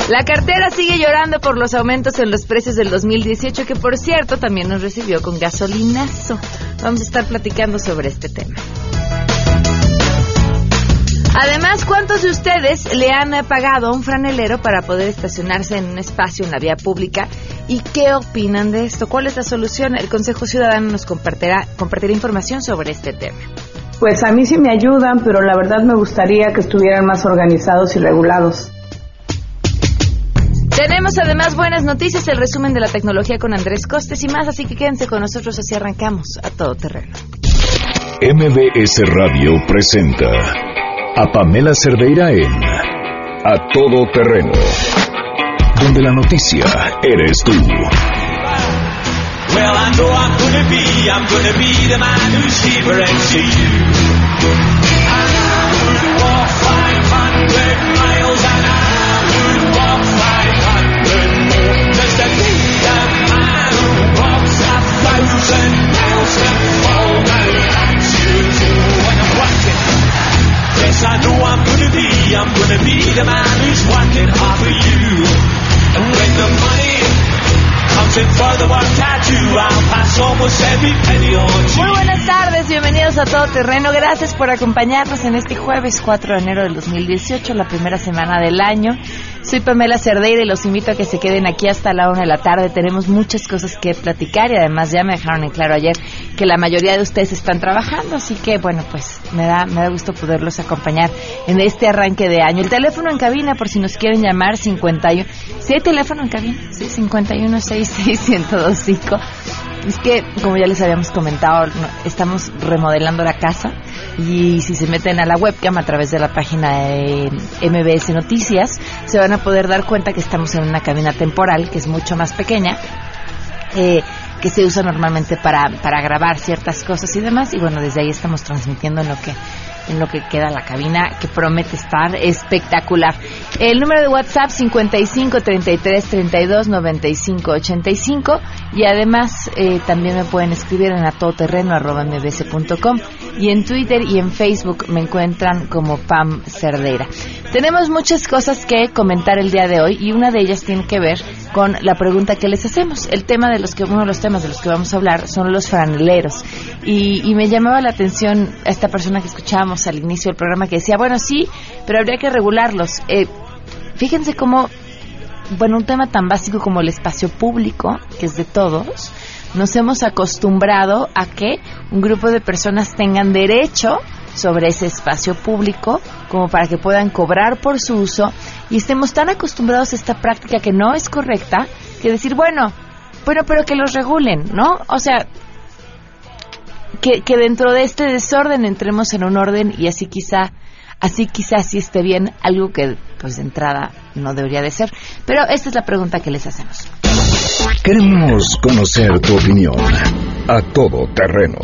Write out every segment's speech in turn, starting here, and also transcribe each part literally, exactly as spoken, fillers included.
La cartera sigue llorando por los aumentos en los precios del dos mil dieciocho, que por cierto también nos recibió con gasolinazo. Vamos a estar platicando sobre este tema. Además, ¿cuántos de ustedes le han pagado a un franelero para poder estacionarse en un espacio en la vía pública? ¿Y qué opinan de esto? ¿Cuál es la solución? El Consejo Ciudadano nos compartirá, compartirá información sobre este tema. Pues a mí sí me ayudan, pero la verdad me gustaría que estuvieran más organizados y regulados. Tenemos además buenas noticias, el resumen de la tecnología con Andrés Costes y más, así que quédense con nosotros, así arrancamos a todo terreno. M B S Radio presenta a Pamela Cerdeira en A Todo Terreno, donde la noticia eres tú. Well, I know I'm gonna be, I'm gonna be the man who's favoring to you. And I would walk five hundred miles, and I would walk five hundred more, just to be the man who walks a thousand miles and fall down at you too when I'm working. Yes, I know I'm gonna be, I'm gonna be the man who's working hard for you. And when the money comes in for the work I do, I'll pass almost every penny on to you. Muy buenas tardes, bienvenidos a Todo Terreno. Gracias por acompañarnos en este jueves cuatro de enero del dos mil dieciocho, la primera semana del año. Soy Pamela Cerdeira y los invito a que se queden aquí hasta la una de la tarde. Tenemos muchas cosas que platicar y además ya me dejaron en claro ayer que la mayoría de ustedes están trabajando, así que bueno, pues me da me da gusto poderlos acompañar en este arranque de año. El teléfono en cabina por si nos quieren llamar, cincuenta y uno. ¿Sí hay teléfono en cabina? Sí, cincuenta y uno, sesenta y seis, ciento veinticinco. Es que, como ya les habíamos comentado, estamos remodelando la casa y si se meten a la webcam a través de la página de M B S Noticias, se van a poder dar cuenta que estamos en una cabina temporal que es mucho más pequeña, eh, que se usa normalmente para, para grabar ciertas cosas y demás. Y bueno, desde ahí estamos transmitiendo en lo que en lo que queda la cabina, que promete estar espectacular. El número de WhatsApp cincuenta y cinco, treinta y tres, treinta y dos, noventa y cinco, ochenta y cinco, y además eh, también me pueden escribir en atodoterreno arroba m b s punto com, y en Twitter y en Facebook me encuentran como Pam Cerdeira. Tenemos muchas cosas que comentar el día de hoy y una de ellas tiene que ver con la pregunta que les hacemos. El tema de los que uno de los temas de los que vamos a hablar son los franeleros, y, y me llamaba la atención esta persona que escuchábamos al inicio del programa que decía, bueno, sí, pero habría que regularlos. Eh, fíjense cómo, bueno, un tema tan básico como el espacio público, que es de todos, nos hemos acostumbrado a que un grupo de personas tengan derecho sobre ese espacio público como para que puedan cobrar por su uso, y estemos tan acostumbrados a esta práctica que no es correcta, que decir, bueno, bueno, pero que los regulen, ¿no? O sea, que, que dentro de este desorden entremos en un orden y así quizá, así quizá sí esté bien, algo que pues de entrada no debería de ser. Pero esta es la pregunta que les hacemos. Queremos conocer tu opinión. A Todo Terreno.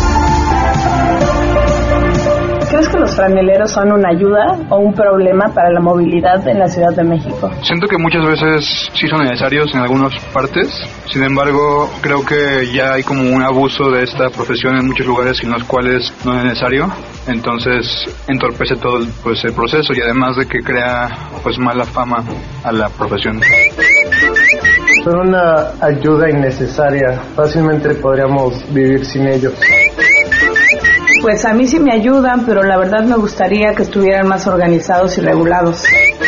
¿Crees que los franeleros son una ayuda o un problema para la movilidad en la Ciudad de México? Siento que muchas veces sí son necesarios en algunas partes, sin embargo creo que ya hay como un abuso de esta profesión en muchos lugares en los cuales no es necesario, entonces entorpece todo el, pues, el proceso, y además de que crea pues mala fama a la profesión. Son una ayuda innecesaria, fácilmente podríamos vivir sin ellos. Pues a mí sí me ayudan, pero la verdad me gustaría que estuvieran más organizados y regulados.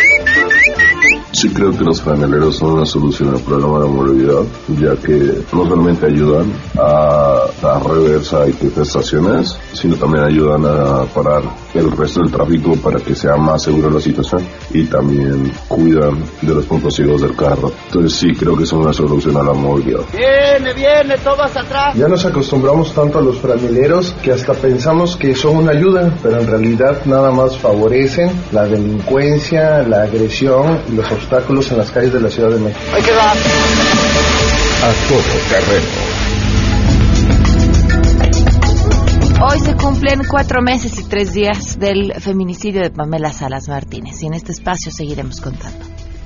Sí creo que los franeleros son una solución al problema de movilidad, ya que no solamente ayudan a dar reversa y estaciones, sino también ayudan a parar el resto del tráfico para que sea más segura la situación, y también cuidan de los puntos ciegos del carro. Entonces sí creo que son una solución a la movilidad. Viene, viene, todos atrás. Ya nos acostumbramos tanto a los franeleros que hasta pensamos que son una ayuda, pero en realidad nada más favorecen la delincuencia, la agresión y los obstáculos en las calles de la Ciudad de México. Hay que dar. A Todo Terreno. Hoy se cumplen cuatro meses y tres días del feminicidio de Pamela Salas Martínez, y en este espacio seguiremos contando.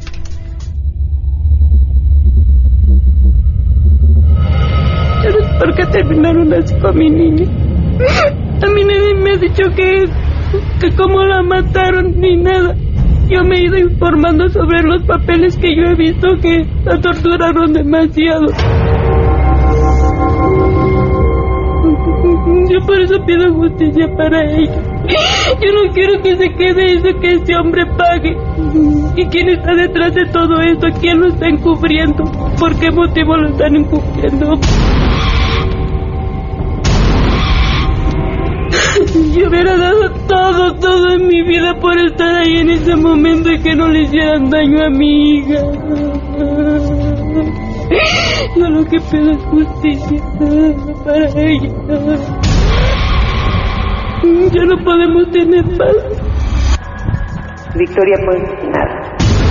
¿Por qué terminaron así con mi niña? A mí nadie me ha dicho que, que cómo la mataron ni nada. Yo me he ido informando sobre los papeles que yo he visto que la torturaron demasiado. Yo por eso pido justicia para ella. Yo no quiero que se quede eso que este hombre pague. ¿Y quién está detrás de todo esto? ¿Quién lo está encubriendo? ¿Por qué motivo lo están encubriendo? Yo hubiera dado todo, todo en mi vida por estar ahí en ese momento y que no le hicieran daño a mi hija. Yo lo que pido es justicia para ella. Ya no podemos tener paz. Victoria Puente.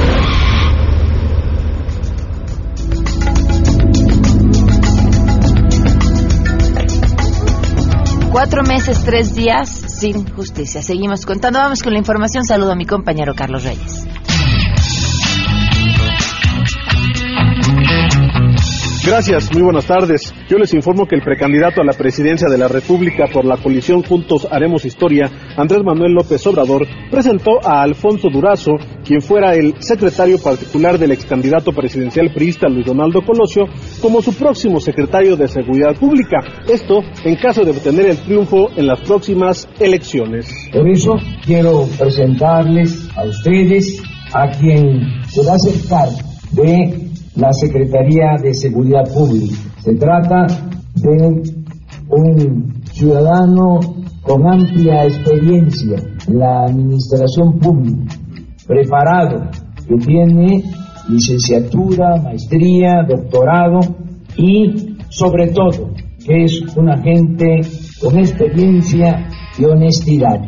Cuatro meses, tres días sin justicia. Seguimos contando. Vamos con la información. Saludo a mi compañero Carlos Reyes. Gracias, muy buenas tardes. Yo les informo que el precandidato a la presidencia de la República por la coalición Juntos Haremos Historia, Andrés Manuel López Obrador, presentó a Alfonso Durazo, quien fuera el secretario particular del excandidato presidencial priista Luis Donaldo Colosio, como su próximo secretario de Seguridad Pública. Esto en caso de obtener el triunfo en las próximas elecciones. Por eso quiero presentarles a ustedes a quien se va a hacer cargo de la Secretaría de Seguridad Pública. Se trata de un ciudadano con amplia experiencia en la administración pública, preparado, que tiene licenciatura, maestría, doctorado y, sobre todo, que es un agente con experiencia y honestidad.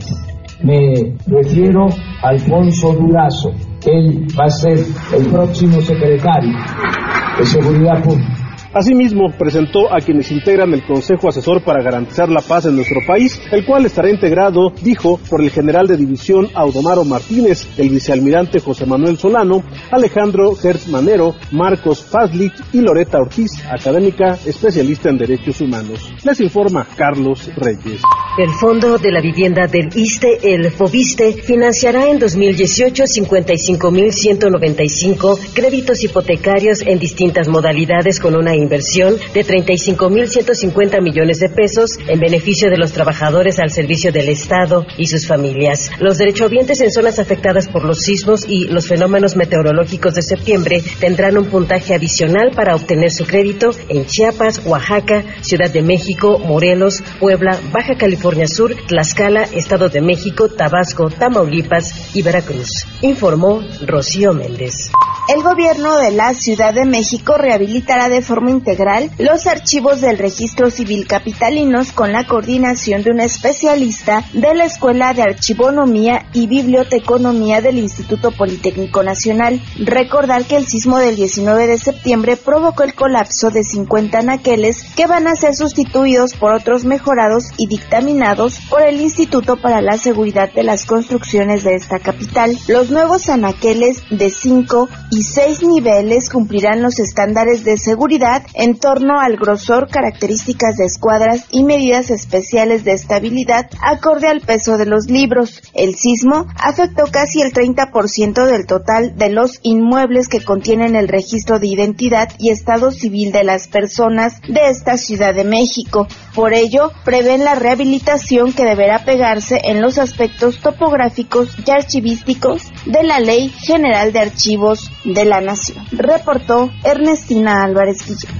Me refiero a Alfonso Durazo. Él va a ser el próximo secretario de Seguridad Pública. Asimismo, presentó a quienes integran el Consejo Asesor para garantizar la paz en nuestro país, el cual estará integrado, dijo, por el general de división Audomaro Martínez, el vicealmirante José Manuel Solano, Alejandro Hertz Manero, Marcos Pazlich y Loreta Ortiz, académica especialista en derechos humanos. Les informa Carlos Reyes. El Fondo de la Vivienda del ISSSTE, el FOVISSSTE, financiará en dos mil dieciocho cincuenta y cinco mil ciento noventa y cinco créditos hipotecarios en distintas modalidades con una inversión de treinta y cinco mil ciento cincuenta millones de pesos en beneficio de los trabajadores al servicio del Estado y sus familias. Los derechohabientes en zonas afectadas por los sismos y los fenómenos meteorológicos de septiembre tendrán un puntaje adicional para obtener su crédito en Chiapas, Oaxaca, Ciudad de México, Morelos, Puebla, Baja California Sur, Tlaxcala, Estado de México, Tabasco, Tamaulipas y Veracruz. Informó Rocío Méndez. El gobierno de la Ciudad de México rehabilitará de forma integral los archivos del Registro Civil Capitalinos con la coordinación de un especialista de la Escuela de Archivonomía y Biblioteconomía del Instituto Politécnico Nacional. Recordar que el sismo del diecinueve de septiembre provocó el colapso de cincuenta anaqueles que van a ser sustituidos por otros mejorados y dictaminados por el Instituto para la Seguridad de las Construcciones de esta capital. Los nuevos anaqueles de cinco y seis niveles cumplirán los estándares de seguridad en torno al grosor, características de escuadras y medidas especiales de estabilidad acorde al peso de los libros. El sismo afectó casi el treinta por ciento del total de los inmuebles que contienen el registro de identidad y estado civil de las personas de esta Ciudad de México. Por ello, prevén la rehabilitación que deberá pegarse en los aspectos topográficos y archivísticos de la Ley General de Archivos de la Nación. Reportó Ernestina Álvarez Guillén.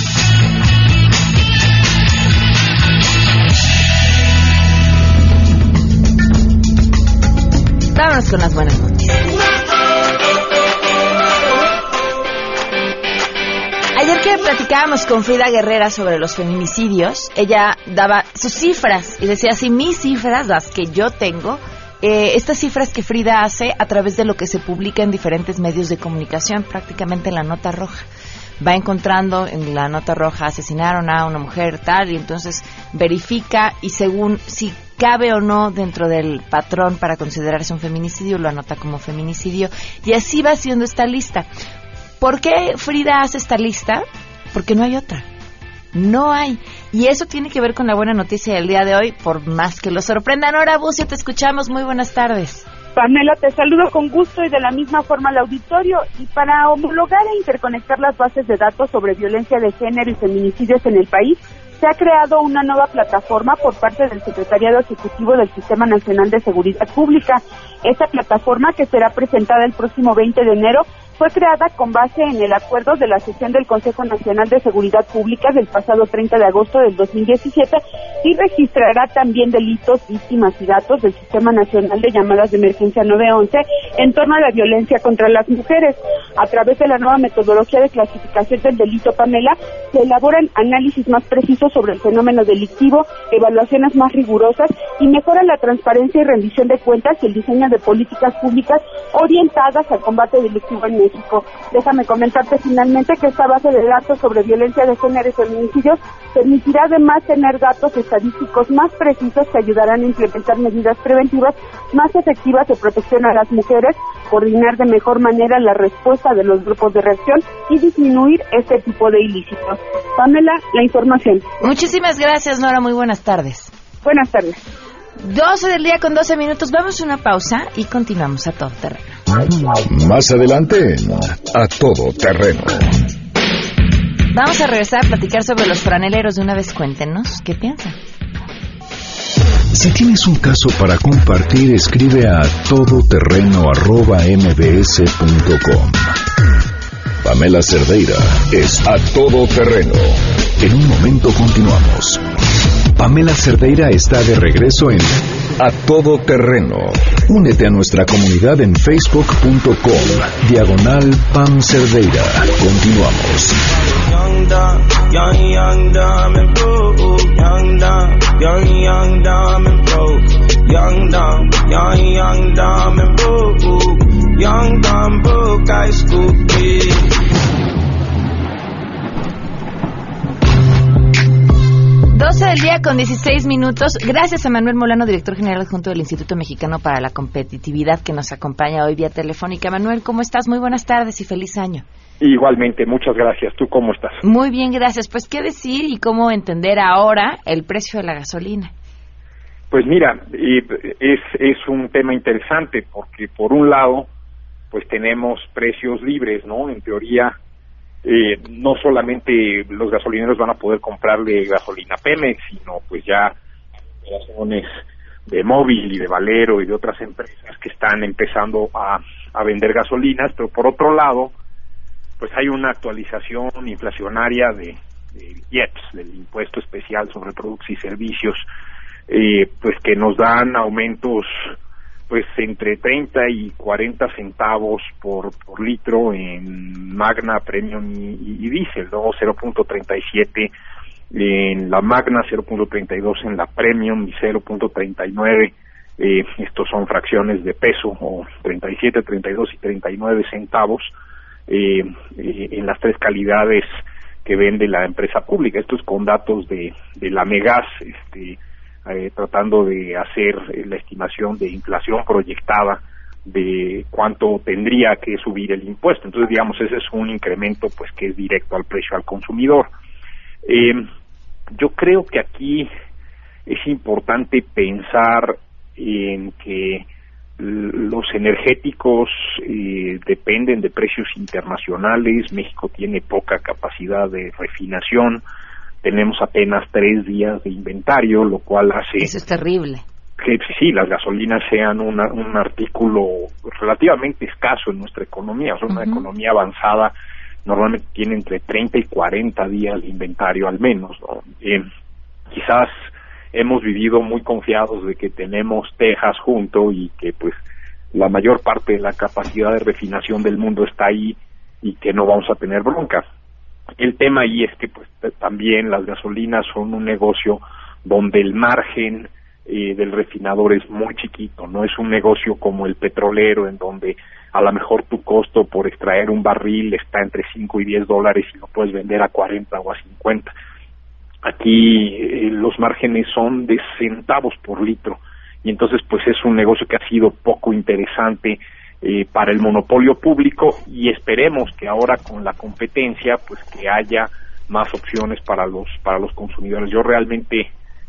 Vámonos con las buenas noticias. Ayer que platicábamos con Frida Guerrera sobre los feminicidios, ella daba sus cifras y decía así, mis cifras, las que yo tengo, eh, estas cifras que Frida hace a través de lo que se publica en diferentes medios de comunicación, prácticamente en la nota roja. Va encontrando en la nota roja, asesinaron a una mujer tal, y entonces verifica y según si cabe o no dentro del patrón para considerarse un feminicidio, lo anota como feminicidio, y así va haciendo esta lista. ¿Por qué Frida hace esta lista? Porque no hay otra. No hay. Y eso tiene que ver con la buena noticia del día de hoy, por más que lo sorprendan. Ahora, Bucio, te escuchamos. Muy buenas tardes. Pamela, te saludo con gusto y de la misma forma al auditorio. Y para homologar e interconectar las bases de datos sobre violencia de género y feminicidios en el país, se ha creado una nueva plataforma por parte del Secretariado Ejecutivo del Sistema Nacional de Seguridad Pública. Esta plataforma, que será presentada el próximo veinte de enero, fue creada con base en el acuerdo de la sesión del Consejo Nacional de Seguridad Pública del pasado treinta de agosto del dos mil diecisiete y registrará también delitos, víctimas y datos del Sistema Nacional de Llamadas de Emergencia nueve once en torno a la violencia contra las mujeres. A través de la nueva metodología de clasificación del delito, Pamela, se elaboran análisis más precisos sobre el fenómeno delictivo, evaluaciones más rigurosas y mejora la transparencia y rendición de cuentas y el diseño de políticas públicas orientadas al combate delictivo en México. Déjame comentarte finalmente que esta base de datos sobre violencia de género y feminicidios permitirá además tener datos estadísticos más precisos que ayudarán a implementar medidas preventivas más efectivas de protección a las mujeres, coordinar de mejor manera la respuesta de los grupos de reacción y disminuir este tipo de ilícitos. Pamela, la información. Muchísimas gracias, Nora. Muy buenas tardes. Buenas tardes. doce del día con doce minutos. Vamos a una pausa y continuamos a todo terreno. Más adelante en A Todo Terreno. Vamos a regresar a platicar sobre los franeleros. De una vez cuéntenos qué piensan. Si tienes un caso para compartir, escribe a todoterreno arroba mbs punto com. Pamela Cerdeira es A Todo Terreno. En un momento continuamos. Pamela Cerdeira está de regreso en A Todo Terreno. Únete a nuestra comunidad en facebook punto com diagonal Pam Cerdeira. Continuamos. Young dumb, young, young, dumb and broke. Young dumb, young, young, dumb and broke. Young dumb, young, young, dumb and broke. Young dumb broke high school kid. doce del día con dieciséis minutos. Gracias a Manuel Molano, director general adjunto del Instituto Mexicano para la Competitividad, que nos acompaña hoy vía telefónica. Manuel, ¿cómo estás? Muy buenas tardes y feliz año. Igualmente, muchas gracias. ¿Tú cómo estás? Muy bien, gracias. Pues, ¿qué decir y cómo entender ahora el precio de la gasolina? Pues mira, es, es un tema interesante porque, por un lado, pues tenemos precios libres, ¿no? En teoría, Eh, no solamente los gasolineros van a poder comprarle gasolina Pemex, sino pues ya razones de Móvil y de Valero y de otras empresas que están empezando a, a vender gasolinas, pero por otro lado, pues hay una actualización inflacionaria de, de I E P S, del Impuesto Especial sobre Productos y Servicios, eh, pues que nos dan aumentos pues entre treinta y cuarenta centavos por, por litro en Magna, Premium y, y Diesel, ¿no? cero punto treinta y siete en la Magna, cero punto treinta y dos en la Premium y cero punto treinta y nueve, eh, estos son fracciones de peso, o treinta y siete, treinta y dos y treinta y nueve centavos eh, eh, en las tres calidades que vende la empresa pública. Esto es con datos de, de la Megas, este Eh, tratando de hacer eh, la estimación de inflación proyectada de cuánto tendría que subir el impuesto. Entonces, digamos, ese es un incremento pues que es directo al precio al consumidor. Eh, yo creo que aquí es importante pensar en que los energéticos eh, dependen de precios internacionales. México tiene poca capacidad de refinación. Tenemos apenas tres días de inventario, lo cual hace... Eso es terrible. Que sí, las gasolinas sean una, un artículo relativamente escaso en nuestra economía. O sea, una uh-huh. economía avanzada normalmente tiene entre treinta y cuarenta días de inventario al menos, ¿no? Eh, quizás hemos vivido muy confiados de que tenemos Texas junto y que pues la mayor parte de la capacidad de refinación del mundo está ahí y que no vamos a tener bronca. El tema ahí es que pues también las gasolinas son un negocio donde el margen eh, del refinador es muy chiquito, no es un negocio como el petrolero en donde a lo mejor tu costo por extraer un barril está entre cinco y diez dólares y lo puedes vender a cuarenta o a cincuenta. Aquí eh, los márgenes son de centavos por litro y entonces pues es un negocio que ha sido poco interesante Eh, para el monopolio público y esperemos que ahora con la competencia pues que haya más opciones para los para los consumidores. Yo realmente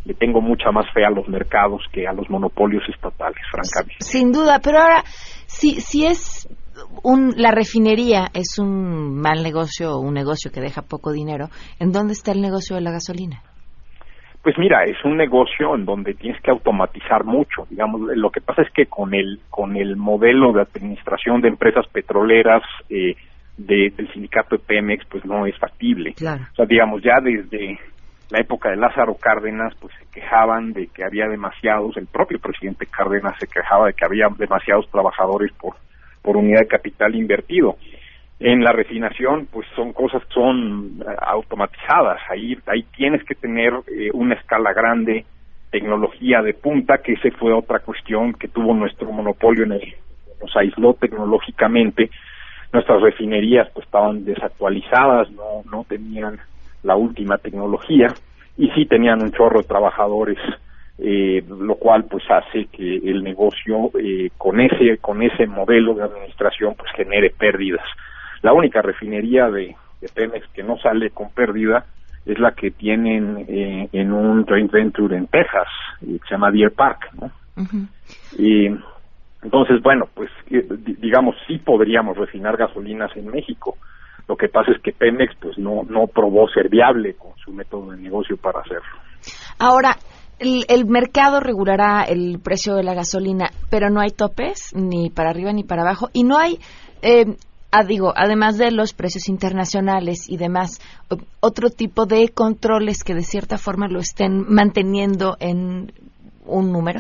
le tengo mucha más fe a los mercados que a los monopolios estatales, francamente. Sin duda, pero ahora, si, si es un, la refinería es un mal negocio o un negocio que deja poco dinero, ¿en dónde está el negocio de la gasolina? Pues mira, es un negocio en donde tienes que automatizar mucho, digamos. Lo que pasa es que con el con el modelo de administración de empresas petroleras eh, de, del sindicato de Pemex, pues no es factible. Claro. O sea, digamos, ya desde la época de Lázaro Cárdenas, pues se quejaban de que había demasiados, el propio presidente Cárdenas se quejaba de que había demasiados trabajadores por, por unidad de capital invertido. En la refinación, pues son cosas que son automatizadas, ahí ahí tienes que tener eh, una escala grande, tecnología de punta, que esa fue otra cuestión que tuvo nuestro monopolio, en el, nos aisló tecnológicamente. Nuestras refinerías pues estaban desactualizadas, no no tenían la última tecnología, y sí tenían un chorro de trabajadores, eh, lo cual pues hace que el negocio eh, con ese con ese modelo de administración pues genere pérdidas. La única refinería de, de Pemex que no sale con pérdida es la que tienen eh, en un joint venture en Texas, eh, que se llama Deer Park, ¿no? Uh-huh. Y entonces, bueno, pues eh, digamos, sí podríamos refinar gasolinas en México. Lo que pasa es que Pemex pues no no probó ser viable con su método de negocio para hacerlo. Ahora, el, el mercado regulará el precio de la gasolina, pero no hay topes ni para arriba ni para abajo, y no hay... Eh, Ah, digo, además de los precios internacionales y demás, otro tipo de controles que de cierta forma lo estén manteniendo en un número.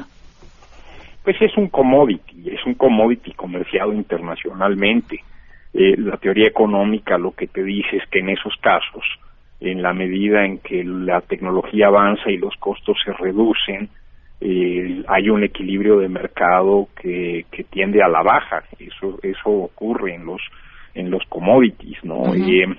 Pues es un commodity, es un commodity comerciado internacionalmente. Eh, la teoría económica lo que te dice es que en esos casos, en la medida en que la tecnología avanza y los costos se reducen, eh, hay un equilibrio de mercado que, que tiende a la baja. Eso eso ocurre en los en los commodities, ¿no? Uh-huh. Y, eh,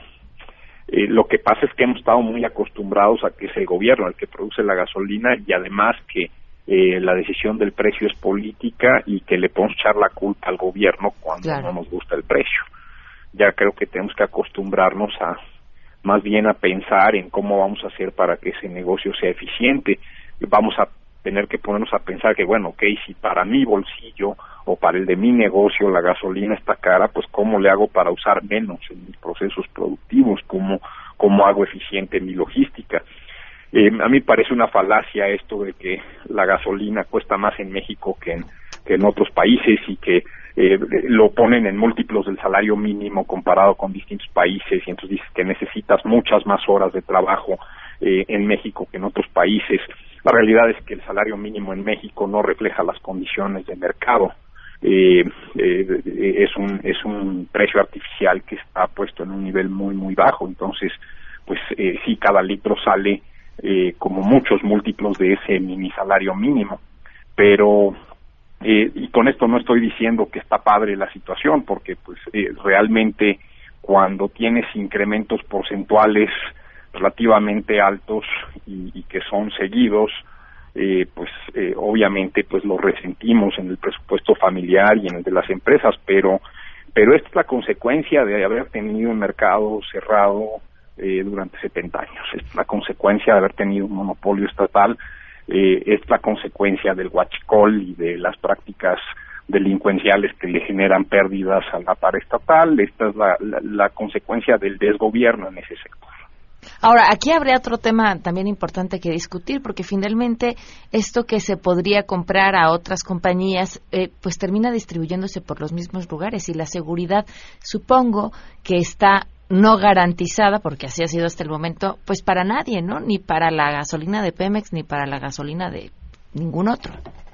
eh, lo que pasa es que hemos estado muy acostumbrados a que es el gobierno el que produce la gasolina, y además que eh, la decisión del precio es política y que le podemos echar la culpa al gobierno cuando claro. no nos gusta el precio. Ya creo que tenemos que acostumbrarnos a más bien a pensar en cómo vamos a hacer para que ese negocio sea eficiente. Vamos a tener que ponernos a pensar que, bueno, ok, si para mi bolsillo o para el de mi negocio la gasolina está cara, pues cómo le hago para usar menos en mis procesos productivos, cómo, cómo hago eficiente mi logística. Eh, a mí parece una falacia esto de que la gasolina cuesta más en México que en, que en otros países, y que eh, lo ponen en múltiplos del salario mínimo comparado con distintos países, y entonces dices que necesitas muchas más horas de trabajo eh, en México que en otros países. La realidad es que el salario mínimo en México no refleja las condiciones de mercado. Eh, eh, es un es un precio artificial que está puesto en un nivel muy muy bajo. Entonces, pues eh, sí, cada litro sale eh, como muchos múltiplos de ese mini salario mínimo. Pero eh, y con esto no estoy diciendo que está padre la situación, porque pues eh, realmente cuando tienes incrementos porcentuales relativamente altos y, y que son seguidos, eh, pues eh, obviamente pues lo resentimos en el presupuesto familiar y en el de las empresas, pero pero esta es la consecuencia de haber tenido un mercado cerrado eh, durante setenta años, es la consecuencia de haber tenido un monopolio estatal, eh, es la consecuencia del huachicol y de las prácticas delincuenciales que le generan pérdidas a la paraestatal. Esta es la, la, la consecuencia del desgobierno en ese sector. Ahora, aquí habría otro tema también importante que discutir, porque finalmente esto que se podría comprar a otras compañías, eh, pues termina distribuyéndose por los mismos lugares, y la seguridad, supongo que está no garantizada, porque así ha sido hasta el momento, pues para nadie, ¿no? Ni para la gasolina de Pemex, ni para la gasolina de ningún otro.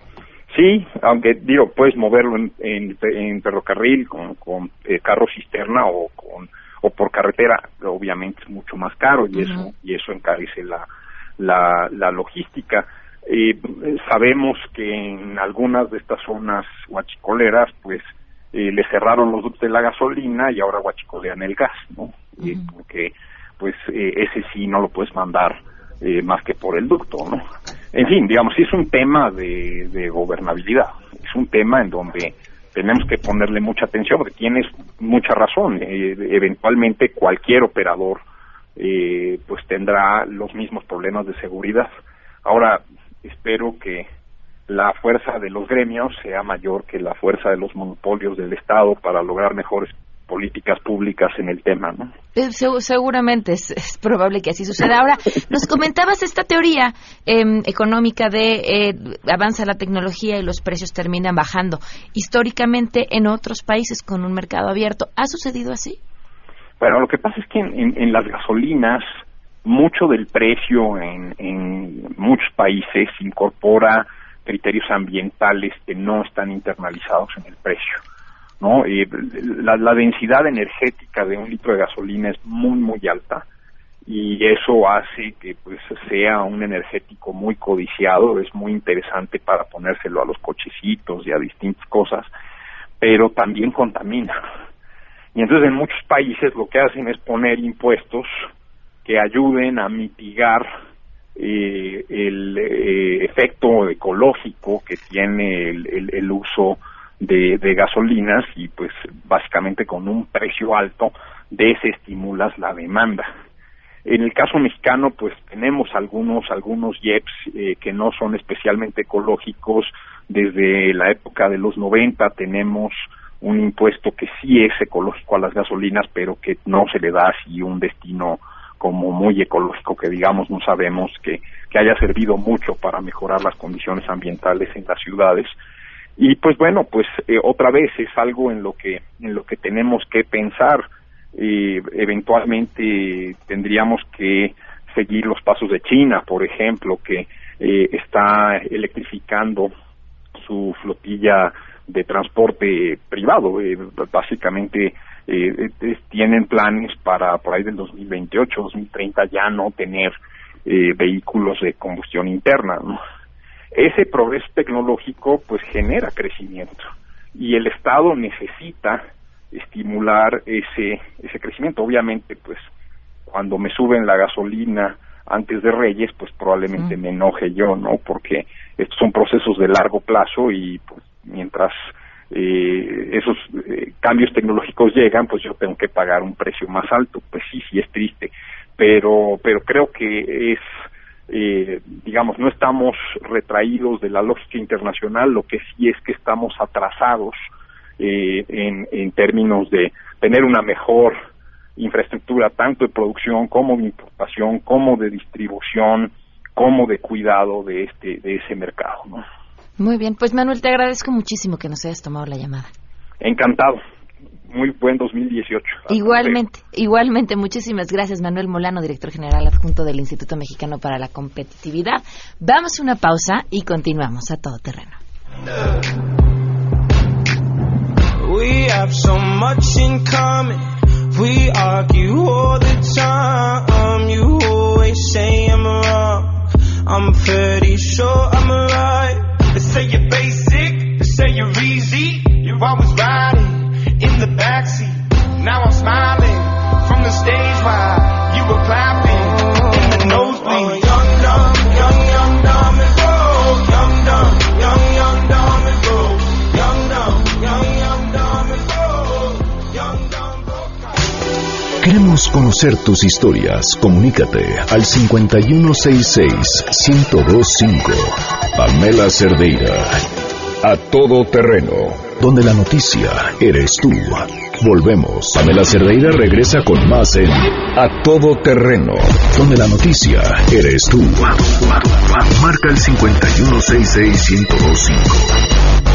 Sí, aunque digo, puedes moverlo en, en, en ferrocarril con, con eh, carro cisterna o con o por carretera, obviamente es mucho más caro, y uh-huh. eso y eso encarece la la, la logística. Eh, sabemos que en algunas de estas zonas huachicoleras, pues eh, le cerraron los ductos de la gasolina y ahora huachicolean el gas, ¿no? Uh-huh. Eh, porque pues eh, ese sí no lo puedes mandar eh, más que por el ducto, ¿no? En fin, digamos, sí es un tema de, de gobernabilidad, es un tema en donde tenemos que ponerle mucha atención, porque tienes mucha razón. Eh, eventualmente cualquier operador eh, pues tendrá los mismos problemas de seguridad. Ahora, espero que la fuerza de los gremios sea mayor que la fuerza de los monopolios del Estado para lograr mejores políticas públicas en el tema, ¿no? Eh, seguramente es, es probable que así suceda. Ahora, nos comentabas esta teoría eh, económica de eh, avanza la tecnología y los precios terminan bajando. Históricamente, en otros países con un mercado abierto, ¿ha sucedido así? Bueno, lo que pasa es que en, en, en las gasolinas, mucho del precio en, en muchos países incorpora criterios ambientales que no están internalizados en el precio, ¿no? Eh, la, la densidad energética de un litro de gasolina es muy, muy alta y eso hace que pues sea un energético muy codiciado, es muy interesante para ponérselo a los cochecitos y a distintas cosas, pero también contamina. Y entonces en muchos países lo que hacen es poner impuestos que ayuden a mitigar eh, el eh, efecto ecológico que tiene el, el, el uso de, de gasolinas y pues básicamente con un precio alto desestimulas la demanda. En el caso mexicano pues tenemos algunos algunos I E Ps eh, que no son especialmente ecológicos. Desde la época de los noventa tenemos un impuesto que sí es ecológico a las gasolinas, pero que no se le da así un destino como muy ecológico, que digamos no sabemos que, que haya servido mucho para mejorar las condiciones ambientales en las ciudades. Y pues bueno, pues eh, otra vez es algo en lo que en lo que tenemos que pensar. Eh, eventualmente tendríamos que seguir los pasos de China, por ejemplo, que eh, está electrificando su flotilla de transporte privado. Eh, básicamente eh, eh, tienen planes para por ahí del dos mil veintiocho, dos mil treinta ya no tener eh, vehículos de combustión interna, ¿no? Ese progreso tecnológico pues genera crecimiento y el Estado necesita estimular ese ese crecimiento. Obviamente pues cuando me suben la gasolina antes de Reyes pues probablemente mm. me enoje yo, ¿no? Porque estos son procesos de largo plazo y pues mientras eh, esos eh, cambios tecnológicos llegan pues yo tengo que pagar un precio más alto. Pues sí, sí es triste, pero pero creo que es Eh, digamos, no estamos retraídos de la lógica internacional, lo que sí es que estamos atrasados eh, en, en términos de tener una mejor infraestructura, tanto de producción como de importación, como de distribución, como de cuidado de este de ese mercado, ¿no? Muy bien, pues Manuel, te agradezco muchísimo que nos hayas tomado la llamada. Encantado. Muy buen dos mil dieciocho. Igualmente, igualmente, muchísimas gracias, Manuel Molano, director general adjunto del Instituto Mexicano para la Competitividad. Vamos a una pausa y continuamos a Todo Terreno. We have so much in common. We argue all the time. You always say I'm wrong. I'm pretty sure I'm right. They say you're basic, they say you're easy. You're always riding in the backseat. Now I'm smiling from the stage while you were clapping in the nosebleed. Oh, young, dumb, young, young, dumb and broke. Young, dumb, young, young, dumb and broke. Young, dumb, young, young, dumb and broke. Young, dumb, broke. Queremos conocer tus historias. Comunícate al cincuenta y uno sesenta y seis, ciento dos cinco. Pamela Cerdeira. A Todo Terreno, donde la noticia eres tú. Volvemos. Pamela Cerdeira regresa con más en A Todo Terreno, donde la noticia eres tú. Marca el cincuenta y uno sesenta y seis, ciento dos cinco.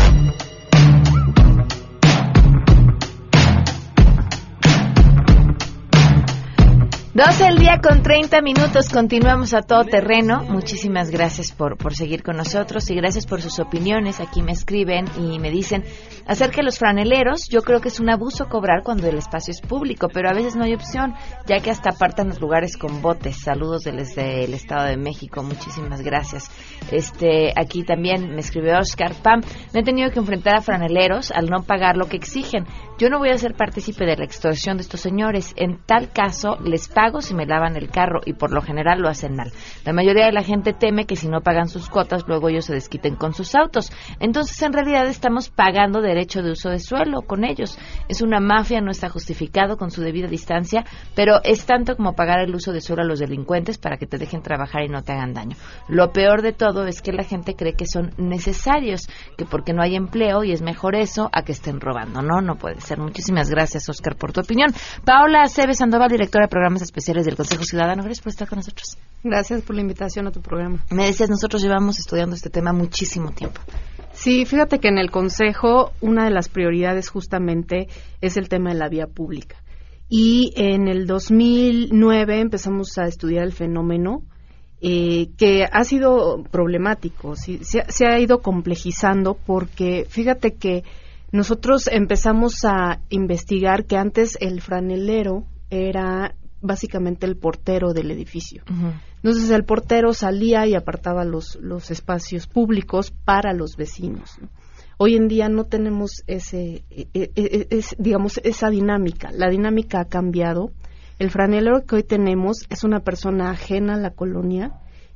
doce del día con treinta minutos, continuamos a Todo Terreno. Muchísimas gracias por, por seguir con nosotros y gracias por sus opiniones. Aquí me escriben y me dicen acerca de los franeleros. Yo creo que es un abuso cobrar cuando el espacio es público, pero a veces no hay opción, ya que hasta apartan los lugares con botes. Saludos desde el Estado de México, muchísimas gracias. Este, aquí también me escribe Oscar Pam. Me he tenido que enfrentar a franeleros al no pagar lo que exigen. Yo no voy a ser partícipe de la extorsión de estos señores. En tal caso, les pago pago si me lavan el carro, y por lo general lo hacen mal. La mayoría de la gente teme que si no pagan sus cuotas, luego ellos se desquiten con sus autos. Entonces, en realidad, estamos pagando derecho de uso de suelo con ellos. Es una mafia, no está justificado con su debida distancia, pero es tanto como pagar el uso de suelo a los delincuentes para que te dejen trabajar y no te hagan daño. Lo peor de todo es que la gente cree que son necesarios, que porque no hay empleo y es mejor eso a que estén robando. No, no puede ser. Muchísimas gracias, Oscar, por tu opinión. Paola Aceves Sandoval, directora de programas especiales del Consejo Ciudadano, gracias por estar con nosotros. Gracias por la invitación a tu programa. Me decías, nosotros llevamos estudiando este tema muchísimo tiempo. Sí, fíjate que en el Consejo una de las prioridades justamente es el tema de la vía pública. Y en el dos mil nueve empezamos a estudiar el fenómeno eh, que ha sido problemático, sí, se, se ha ido complejizando porque fíjate que nosotros empezamos a investigar que antes el franelero era básicamente el portero del edificio. Uh-huh. Entonces el portero salía y apartaba los, los espacios públicos para los vecinos, ¿no? Hoy en día no tenemos ese, es, es, digamos, esa dinámica. La dinámica ha cambiado. El franelero que hoy tenemos es una persona ajena a la colonia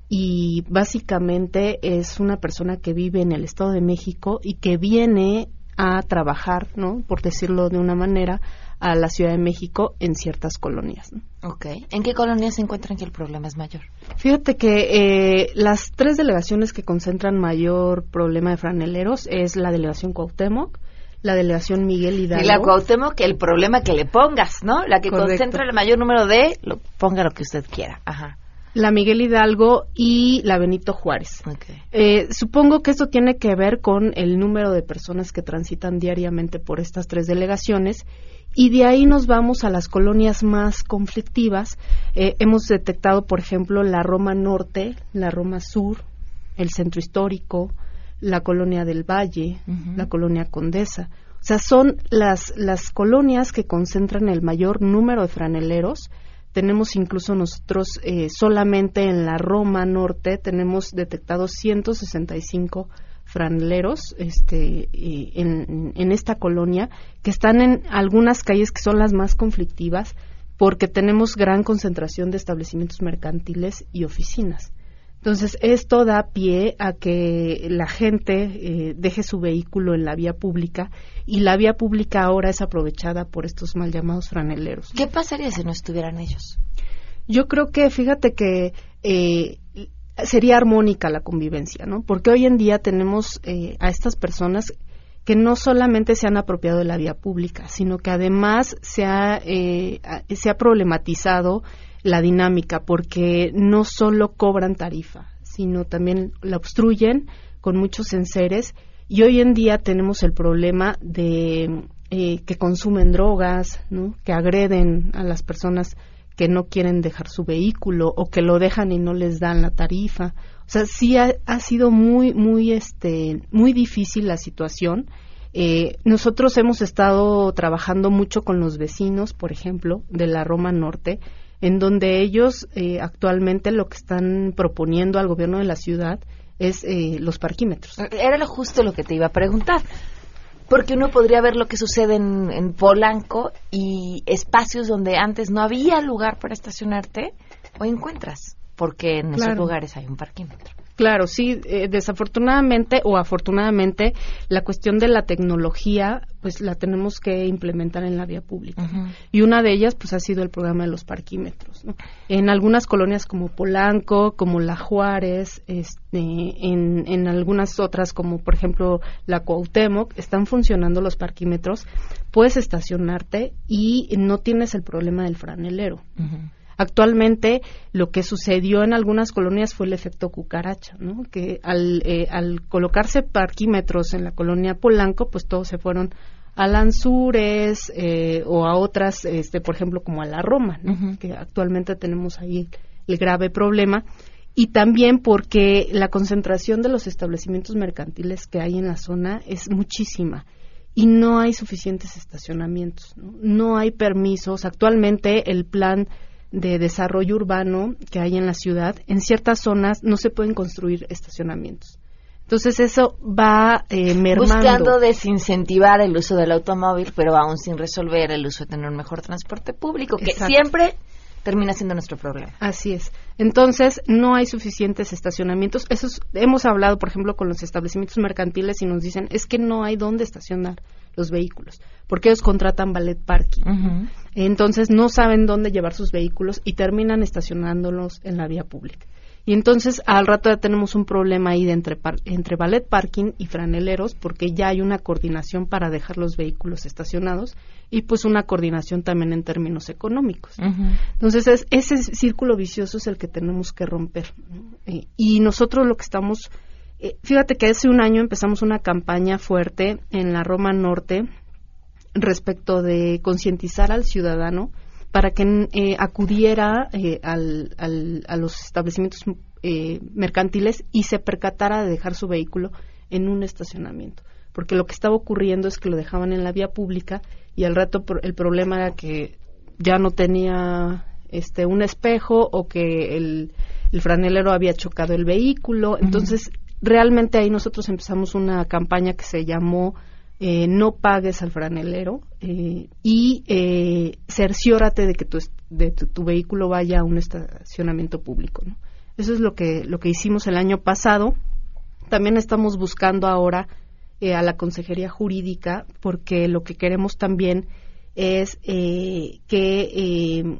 y básicamente es una persona que vive en el Estado de México y que viene a trabajar, ¿no?, por decirlo de una manera, a la Ciudad de México en ciertas colonias, ¿no? Okay. ¿En qué colonias se encuentran que el problema es mayor? Fíjate que eh, las tres delegaciones que concentran mayor problema de franeleros es la delegación Cuauhtémoc, la delegación Miguel Hidalgo. Y la Cuauhtémoc, el problema que le pongas, ¿no? La que Correcto. Concentra el mayor número de, lo, ponga lo que usted quiera. Ajá. La Miguel Hidalgo y la Benito Juárez. Okay. Eh, supongo que esto tiene que ver con el número de personas que transitan diariamente por estas tres delegaciones. Y de ahí nos vamos a las colonias más conflictivas. Eh, hemos detectado, por ejemplo, la Roma Norte, la Roma Sur, el Centro Histórico, la Colonia del Valle, uh-huh. la Colonia Condesa. O sea, son las, las colonias que concentran el mayor número de franeleros. Tenemos incluso nosotros, eh, solamente en la Roma Norte, tenemos detectados ciento sesenta y cinco franeleros este, eh, en, en esta colonia, que están en algunas calles que son las más conflictivas porque tenemos gran concentración de establecimientos mercantiles y oficinas. Entonces, esto da pie a que la gente eh, deje su vehículo en la vía pública y la vía pública ahora es aprovechada por estos mal llamados franeleros. ¿Qué pasaría si no estuvieran ellos? Yo creo que, fíjate que eh, sería armónica la convivencia, ¿no? Porque hoy en día tenemos eh, a estas personas que no solamente se han apropiado de la vía pública, sino que además se ha, eh, se ha problematizado la dinámica, porque no solo cobran tarifa, sino también la obstruyen con muchos enseres, y hoy en día tenemos el problema de eh, que consumen drogas, ¿no?, que agreden a las personas que no quieren dejar su vehículo o que lo dejan y no les dan la tarifa. O sea, sí ha, ha sido muy, muy, este, muy difícil la situación. Eh, nosotros hemos estado trabajando mucho con los vecinos, por ejemplo, de la Roma Norte, en donde ellos eh, actualmente lo que están proponiendo al gobierno de la ciudad es eh, los parquímetros. Era lo justo lo que te iba a preguntar. Porque uno podría ver lo que sucede en, en Polanco y espacios donde antes no había lugar para estacionarte, hoy encuentras, porque en claro. esos lugares hay un parquímetro. Claro, sí, eh, desafortunadamente o afortunadamente la cuestión de la tecnología pues la tenemos que implementar en la vía pública. Uh-huh. Y una de ellas pues ha sido el programa de los parquímetros, ¿no? En algunas colonias como Polanco, como La Juárez, este, en, en algunas otras como por ejemplo la Cuauhtémoc, están funcionando los parquímetros, puedes estacionarte y no tienes el problema del franelero. Uh-huh. Actualmente, lo que sucedió en algunas colonias fue el efecto cucaracha, ¿no? Que al, eh, al colocarse parquímetros en la colonia Polanco, pues todos se fueron a Lanzures eh, o a otras, este, por ejemplo, como a la Roma, ¿no? Uh-huh. Que actualmente tenemos ahí el grave problema. Y también porque la concentración de los establecimientos mercantiles que hay en la zona es muchísima. Y no hay suficientes estacionamientos, ¿no? No hay permisos. Actualmente el plan de desarrollo urbano que hay en la ciudad, en ciertas zonas no se pueden construir estacionamientos. Entonces eso va eh, mermando. Buscando desincentivar el uso del automóvil, pero aún sin resolver el uso de tener un mejor transporte público, que Exacto. siempre termina siendo nuestro problema. Así es. Entonces, no hay suficientes estacionamientos. Eso es, hemos hablado, por ejemplo, con los establecimientos mercantiles y nos dicen, es que no hay dónde estacionar los vehículos, porque ellos contratan valet parking. Uh-huh. Entonces, no saben dónde llevar sus vehículos y terminan estacionándolos en la vía pública. Y entonces, al rato ya tenemos un problema ahí de entre, par, entre valet parking y franeleros, porque ya hay una coordinación para dejar los vehículos estacionados y pues una coordinación también en términos económicos. Uh-huh. Entonces, es, ese círculo vicioso es el que tenemos que romper. Eh, y nosotros lo que estamos... Eh, fíjate que hace un año empezamos una campaña fuerte en la Roma Norte respecto de concientizar al ciudadano para que eh, acudiera eh, al, al, a los establecimientos eh, mercantiles y se percatara de dejar su vehículo en un estacionamiento. Porque lo que estaba ocurriendo es que lo dejaban en la vía pública y al rato por, el problema era que ya no tenía este un espejo o que el, el franelero había chocado el vehículo. Entonces, uh-huh. realmente ahí nosotros empezamos una campaña que se llamó Eh, no pagues al franelero eh, y eh, cerciórate de que tu, de tu, tu vehículo vaya a un estacionamiento público, ¿no? Eso es lo que lo que hicimos el año pasado. También estamos buscando ahora eh, a la Consejería Jurídica, porque lo que queremos también es eh, que eh,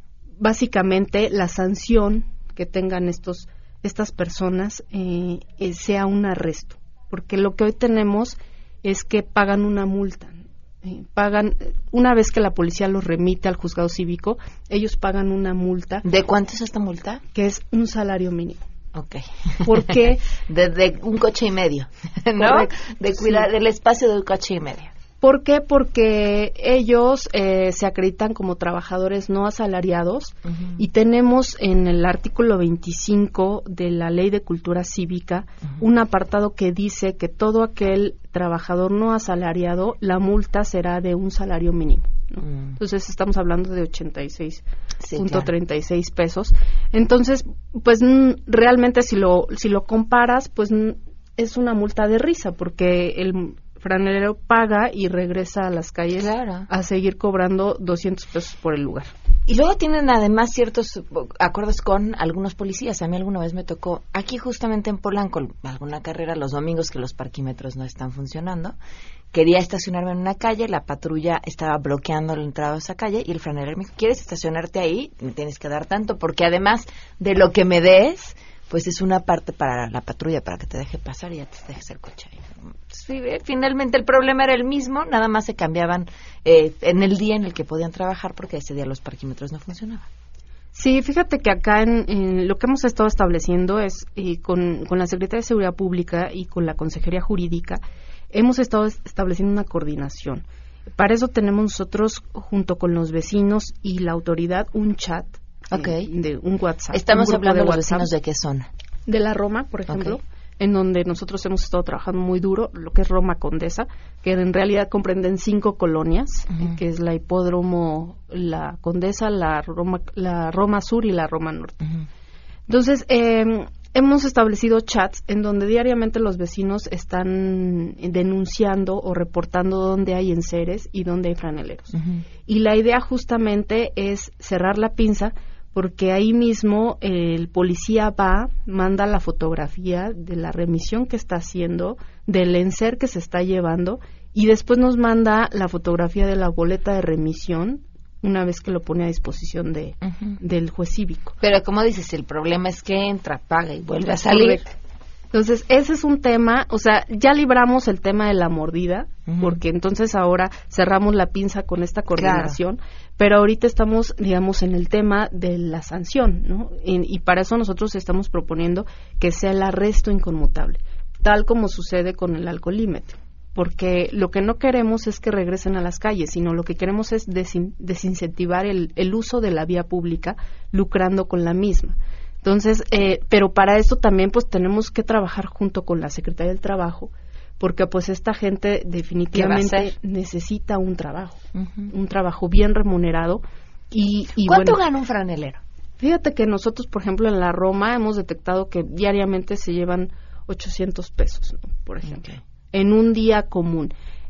básicamente la sanción que tengan estos estas personas eh, eh, sea un arresto, porque lo que hoy tenemos es que pagan una multa. Eh, pagan, una vez que la policía los remite al juzgado cívico, ellos pagan una multa. ¿De cuánto es esta multa? Que es un salario mínimo. Ok. ¿Por qué? De, de un coche y medio, ¿no? Correcto. De cuidar sí. del espacio de un coche y medio. ¿Por qué? Porque ellos eh, se acreditan como trabajadores no asalariados uh-huh. y tenemos en el artículo veinticinco de la Ley de Cultura Cívica uh-huh. un apartado que dice que todo aquel trabajador no asalariado, la multa será de un salario mínimo, ¿no? Uh-huh. Entonces estamos hablando de ochenta y seis punto treinta y seis sí, claro. pesos. Entonces, pues n- realmente si lo si lo comparas, pues n- es una multa de risa, porque el franelero paga y regresa a las calles claro. a seguir cobrando doscientos pesos por el lugar. Y luego tienen además ciertos acuerdos con algunos policías. A mí alguna vez me tocó, aquí justamente en Polanco, alguna carrera los domingos que los parquímetros no están funcionando, quería estacionarme en una calle, la patrulla estaba bloqueando la entrada a esa calle y el franelero me dijo, ¿quieres estacionarte ahí? Me tienes que dar tanto, porque además de lo que me des, pues es una parte para la patrulla, para que te deje pasar y ya te dejes el coche ahí. Sí, finalmente el problema era el mismo, nada más se cambiaban eh, en el día en el que podían trabajar, porque ese día los parquímetros no funcionaban. Sí, fíjate que acá en, en lo que hemos estado estableciendo es eh, con, con la Secretaría de Seguridad Pública y con la Consejería Jurídica, hemos estado estableciendo una coordinación. Para eso tenemos nosotros, junto con los vecinos y la autoridad, un chat. Okay. Eh, de un WhatsApp. Estamos un hablando de los WhatsApp. vecinos de qué zona. De la Roma, por ejemplo, okay. en donde nosotros hemos estado trabajando muy duro, lo que es Roma Condesa, que en realidad comprenden cinco colonias, uh-huh. que es la Hipódromo, la Condesa, la Roma, la Roma Sur y la Roma Norte. Uh-huh. Entonces, eh, hemos establecido chats en donde diariamente los vecinos están denunciando o reportando dónde hay enseres y dónde hay franeleros. Uh-huh. Y la idea justamente es cerrar la pinza, porque ahí mismo eh, el policía va, manda la fotografía de la remisión que está haciendo, del enser que se está llevando, y después nos manda la fotografía de la boleta de remisión una vez que lo pone a disposición de uh-huh. del juez cívico. Pero como dices, el problema es que entra, paga y vuelve a salir. Entonces, ese es un tema, o sea, ya libramos el tema de la mordida, uh-huh. porque entonces ahora cerramos la pinza con esta coordinación, claro. pero ahorita estamos, digamos, en el tema de la sanción, ¿no? Y, y para eso nosotros estamos proponiendo que sea el arresto inconmutable, tal como sucede con el alcoholímetro, porque lo que no queremos es que regresen a las calles, sino lo que queremos es desin- desincentivar el, el uso de la vía pública, lucrando con la misma. Entonces, eh, pero para esto también pues tenemos que trabajar junto con la Secretaría del Trabajo, porque pues esta gente definitivamente necesita un trabajo, uh-huh. un trabajo bien remunerado. Y, y ¿Cuánto bueno, gana un franelero? Fíjate que nosotros, por ejemplo, en la Roma hemos detectado que diariamente se llevan ochocientos pesos, ¿no? Por ejemplo, okay. en un día común.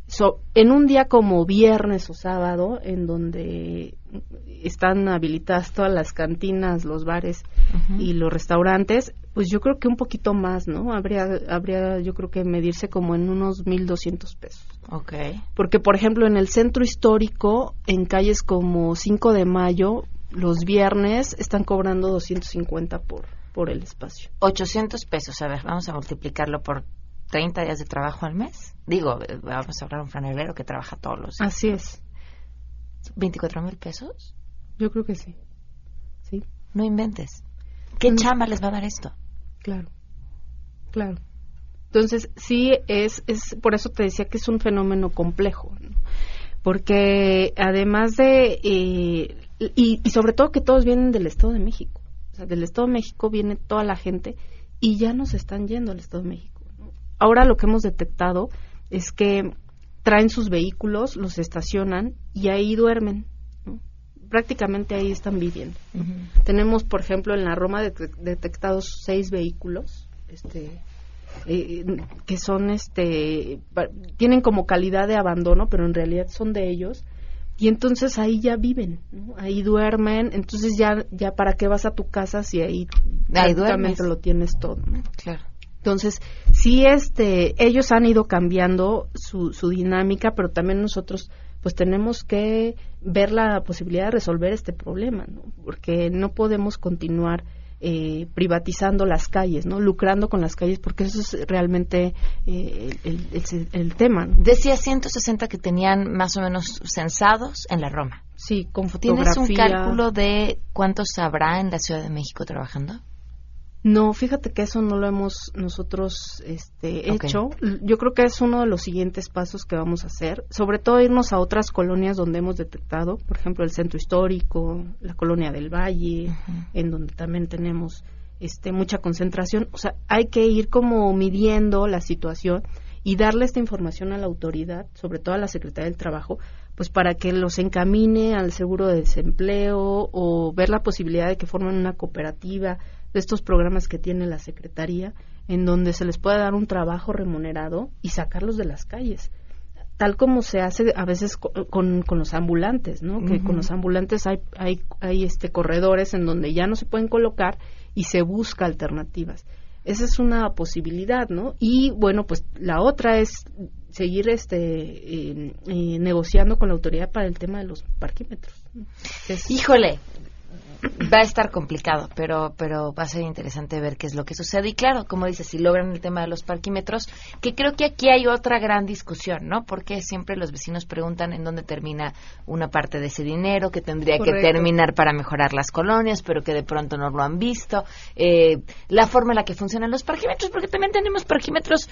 So, en un día como viernes o sábado, en donde están habilitadas todas las cantinas, los bares uh-huh. y los restaurantes, pues yo creo que un poquito más, ¿no? Habría, habría yo creo que medirse como en unos mil doscientos pesos. Okay. Porque, por ejemplo, en el centro histórico, en calles como cinco de mayo, los viernes están cobrando doscientos cincuenta por, por el espacio. ochocientos pesos, a ver, vamos a multiplicarlo por treinta días de trabajo al mes. Digo, vamos a hablar de un franelero que trabaja todos los días. Así es. ¿veinticuatro mil pesos? Yo creo que sí. Sí. No inventes. ¿Qué no. chamba les va a dar esto? Claro, claro. Entonces, sí, es, es por eso te decía que es un fenómeno complejo, ¿no? Porque además de... Eh, y, y sobre todo que todos vienen del Estado de México. O sea, del Estado de México viene toda la gente y ya nos están yendo al Estado de México, ¿no? Ahora lo que hemos detectado es que traen sus vehículos, los estacionan y ahí duermen, ¿no? Prácticamente ahí están viviendo. Uh-huh. Tenemos, por ejemplo, en la Roma det- detectados seis vehículos, este, eh, que son, este, pa- tienen como calidad de abandono, pero en realidad son de ellos. Y entonces ahí ya viven, ¿no? Ahí duermen, entonces ya ya para qué vas a tu casa si ahí, ahí prácticamente lo tienes todo, ¿no? Claro. Entonces, sí, este, ellos han ido cambiando su, su dinámica, pero también nosotros, pues, tenemos que ver la posibilidad de resolver este problema, ¿no? Porque no podemos continuar eh, privatizando las calles, ¿no? Lucrando con las calles, porque eso es realmente eh, el, el, el tema, ¿no? Decía ciento sesenta que tenían más o menos censados en la Roma. Sí, con fotografía. ¿Tienes un cálculo de cuántos habrá en la Ciudad de México trabajando? No, fíjate que eso no lo hemos nosotros este, okay. hecho. Yo creo que es uno de los siguientes pasos que vamos a hacer, sobre todo irnos a otras colonias donde hemos detectado, por ejemplo, el Centro Histórico, la Colonia del Valle, uh-huh. en donde también tenemos este, mucha concentración. O sea, hay que ir como midiendo la situación y darle esta información a la autoridad, sobre todo a la Secretaría del Trabajo, pues para que los encamine al seguro de desempleo o ver la posibilidad de que formen una cooperativa de estos programas que tiene la Secretaría, en donde se les pueda dar un trabajo remunerado y sacarlos de las calles, tal como se hace a veces con, con, con los ambulantes, ¿no? Uh-huh. Que con los ambulantes hay, hay, hay este corredores en donde ya no se pueden colocar y se busca alternativas. Esa es una posibilidad, ¿no? Y bueno, pues la otra es seguir este eh, eh, negociando con la autoridad para el tema de los parquímetros, ¿no? Es, Híjole, va a estar complicado, pero pero va a ser interesante ver qué es lo que sucede. Y claro, como dices, si logran el tema de los parquímetros, que creo que aquí hay otra gran discusión, ¿no? Porque siempre los vecinos preguntan en dónde termina una parte de ese dinero que tendría Correcto. que terminar para mejorar las colonias, pero que de pronto no lo han visto. Eh, la forma en la que funcionan los parquímetros, porque también tenemos parquímetros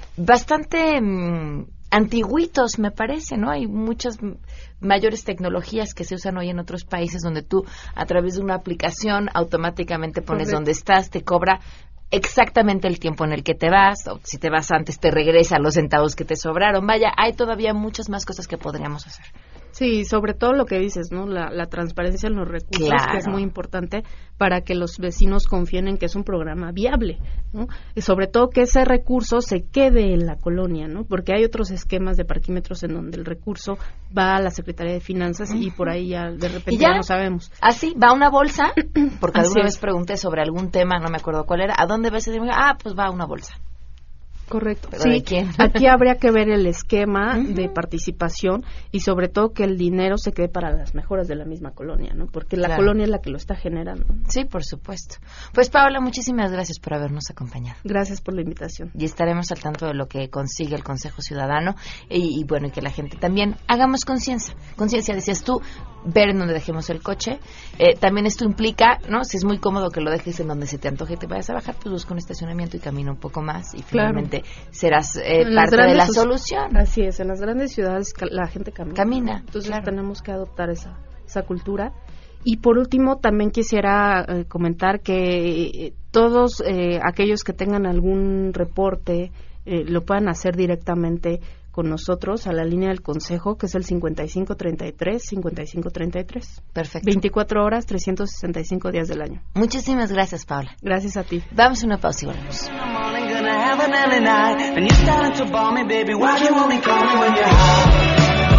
bastante mmm, antiguitos, me parece, ¿no? Hay muchas mayores tecnologías que se usan hoy en otros países donde tú a través de una aplicación automáticamente pones Correcto. Dónde estás, te cobra exactamente el tiempo en el que te vas, o si te vas antes te regresa los centavos que te sobraron. Vaya, hay todavía muchas más cosas que podríamos hacer. Sí, sobre todo lo que dices, ¿no? La, la transparencia en los recursos, claro. que es muy importante para que los vecinos confíen en que es un programa viable, ¿no? Y sobre todo que ese recurso se quede en la colonia, ¿no? Porque hay otros esquemas de parquímetros en donde el recurso va a la Secretaría de Finanzas uh-huh. y por ahí ya de repente ya? ya no sabemos. Así, va a una bolsa, porque Así alguna es. vez pregunté sobre algún tema, no me acuerdo cuál era, ¿a dónde va ese dinero? Ah, pues va a una bolsa. Correcto. ¿Pero sí, de quién? Aquí habría que ver el esquema uh-huh. de participación y sobre todo que el dinero se quede para las mejoras de la misma colonia, ¿no? Porque la claro. colonia es la que lo está generando. Sí, por supuesto. Pues Paola, muchísimas gracias por habernos acompañado. Gracias por la invitación. Y estaremos al tanto de lo que consigue el Consejo Ciudadano y, y bueno, y que la gente también hagamos conciencia. Conciencia, decías tú, ver en dónde dejemos el coche. Eh, también esto implica, ¿no? Si es muy cómodo que lo dejes en donde se te antoje y te vayas a bajar, pues busca un estacionamiento y camina un poco más y finalmente claro. serás eh, parte de la sus... solución. Así es, en las grandes ciudades la gente camina. Camina. Entonces claro. tenemos que adoptar esa, esa cultura. Y por último, también quisiera eh, comentar que eh, todos eh, aquellos que tengan algún reporte eh, lo puedan hacer directamente con nosotros a la línea del Consejo, que es el cincuenta y cinco treinta y tres, cincuenta y cinco treinta y tres. Perfecto. veinticuatro horas, trescientos sesenta y cinco días del año. Muchísimas gracias, Paola. Gracias a ti. Vamos a una pausa y volvemos. having any night, and you're starting to bore me, baby. Why do you only call me when you're high?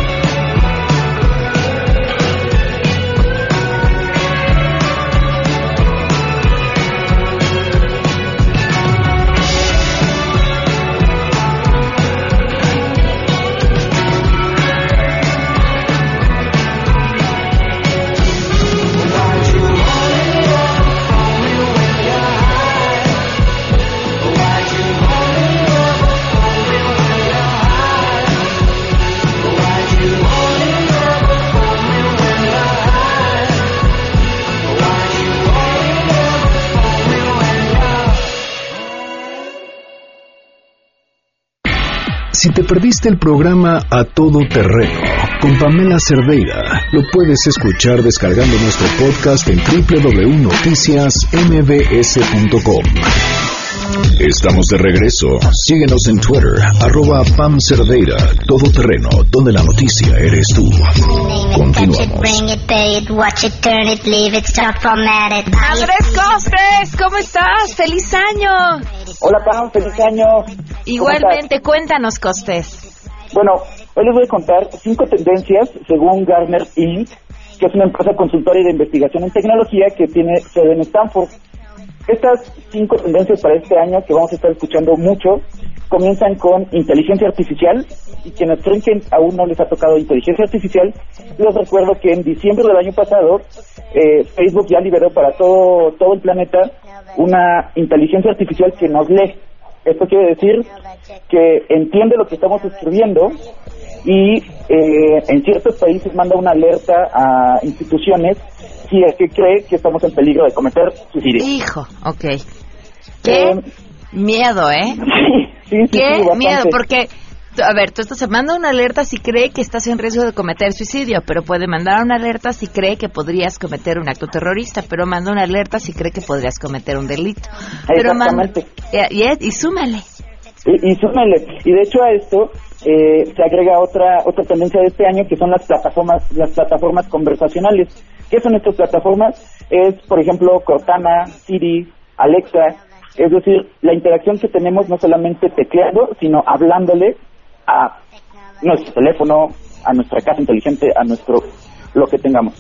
Si te perdiste el programa A Todo Terreno con Pamela Cerdeira, lo puedes escuchar descargando nuestro podcast en doble u doble u doble u punto noticias m b s punto com. Estamos de regreso. Síguenos en Twitter, arroba Pam Cerdeira, Todo Terreno, donde la noticia eres tú. Continuamos. Andrés Costes, ¿cómo estás? ¡Feliz año! Hola Pam, feliz año. Igualmente, cuéntanos, Costes. Bueno, hoy les voy a contar cinco tendencias según Gartner incorporated, que es una empresa consultora y de investigación en tecnología que tiene sede en Stanford. Estas cinco tendencias para este año que vamos a estar escuchando mucho comienzan con inteligencia artificial, y quienes creen que aún no les ha tocado inteligencia artificial, les recuerdo que en diciembre del año pasado eh, Facebook ya liberó para todo todo el planeta una inteligencia artificial que nos lee. Esto quiere decir que entiende lo que estamos escribiendo y eh, en ciertos países manda una alerta a instituciones si es que cree que estamos en peligro de cometer suicidio. Hijo, ok. Qué eh, miedo, ¿eh? Sí, sí, Qué sí, sí, miedo, porque, a ver, tú estás, manda una alerta si cree que estás en riesgo de cometer suicidio, pero puede mandar una alerta si cree que podrías cometer un acto terrorista, pero manda una alerta si cree que podrías cometer un delito. Pero exactamente. Manda, y, y, y súmale. Y, y súmale. Y de hecho a esto eh, se agrega otra otra tendencia de este año, que son las plataformas las plataformas conversacionales. ¿Qué son estas plataformas? Es, por ejemplo, Cortana, Siri, Alexa. Es decir, la interacción que tenemos no solamente tecleando, sino hablándole a nuestro teléfono, a nuestra casa inteligente, a nuestro lo que tengamos.